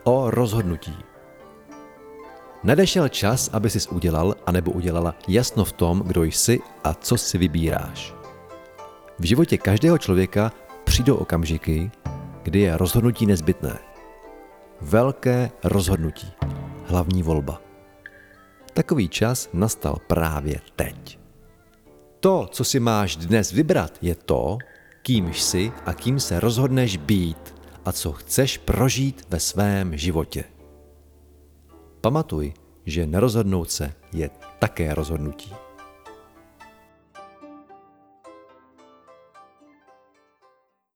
O rozhodnutí. Nadešel čas, aby sis udělal anebo udělala jasno v tom, kdo jsi a co si vybíráš. V životě každého člověka přijdou okamžiky, kdy je rozhodnutí nezbytné. Velké rozhodnutí. Hlavní volba. Takový čas nastal právě teď. To, co si máš dnes vybrat, je to, kým jsi a kým se rozhodneš být a co chceš prožít ve svém životě. Pamatuj, že nerozhodnout se je také rozhodnutí.